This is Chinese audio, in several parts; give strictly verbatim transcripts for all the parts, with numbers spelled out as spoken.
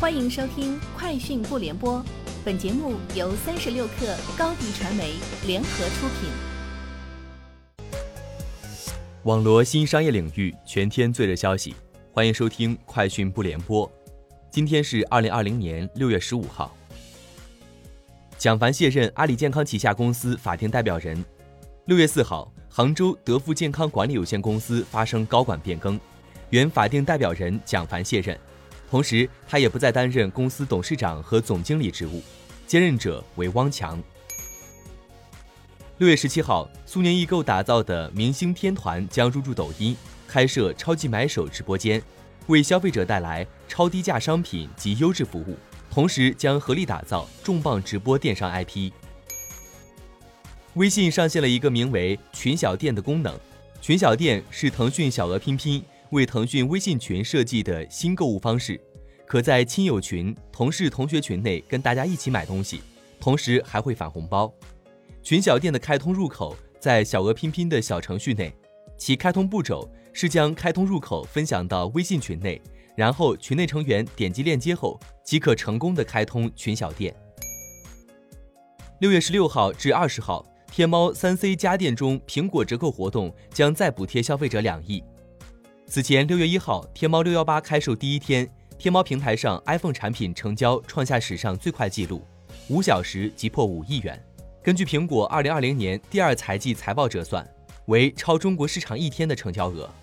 欢迎收听快讯不联播，本节目由三十六克高低传媒联合出品。 网罗新商业领域全天最热消息，欢迎收听快讯不联播。今天是二零二零年六月十五号。蒋凡卸任阿里健康旗下公司法定代表人。六月四号，杭州德富健康管理有限公司发生高管变更，原法定代表人蒋凡卸任，同时他也不再担任公司董事长和总经理职务，接任者为汪强。六月十七号，苏年易购打造的明星天团将入驻抖音，开设超级买手直播间，为消费者带来超低价商品及优质服务，同时将合力打造重磅直播电商 I P。 微信上线了一个名为群小店的功能，群小店是腾讯小额拼拼为腾讯微信群设计的新购物方式，可在亲友群、同事同学群内跟大家一起买东西，同时还会返红包。群小店的开通入口在小额拼拼的小程序内，其开通步骤是将开通入口分享到微信群内，然后群内成员点击链接后即可成功的开通群小店。六月十六号至二十号，天猫三 C 家电中苹果折扣活动将再补贴消费者两亿。此前六月一号，天猫六一八开售第一天，天猫平台上 iPhone 产品成交创下史上最快纪录，五小时即破五亿元。根据苹果二零二零年第二财季财报折算，为超中国市场一天的成交额。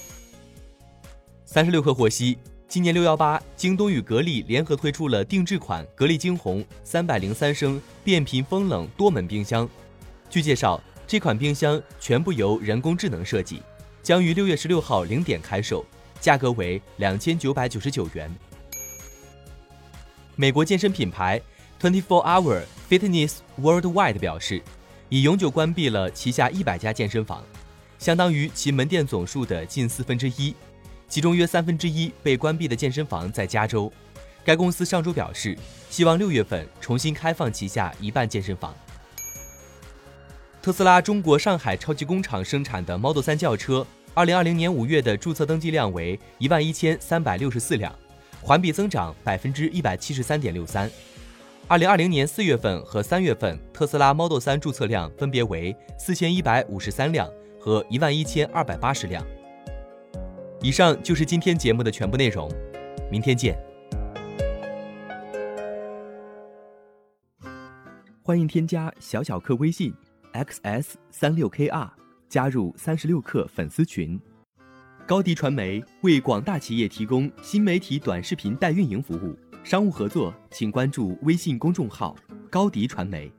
三十六氪获悉，今年六一八，京东与格力联合推出了定制款格力惊鸿三百零三升变频风冷多门冰箱。据介绍，这款冰箱全部由人工智能设计，将于六月十六号零点开售，价格为两千九百九十九元。美国健身品牌 二十四 hour Fitness Worldwide 表示，已永久关闭了旗下一百家健身房，相当于其门店总数的近四分之一，其中约三分之一被关闭的健身房在加州。该公司上周表示，希望六月份重新开放旗下一半健身房。特斯拉中国上海超级工厂生产的 Model 三轿车，二零二零年五月的注册登记量为一万一千三百六十四辆，环比增长百分之一百七十三点六三。二零二零年四月份和三月份，特斯拉 Model 三注册量分别为四千一百五十三辆和一万一千二百八十辆。以上就是今天节目的全部内容，明天见。 欢迎添加小小客微信 X S 三六 K R 加入三十六氪粉丝群。高迪传媒为广大企业提供新媒体短视频代运营服务，商务合作请关注微信公众号高迪传媒。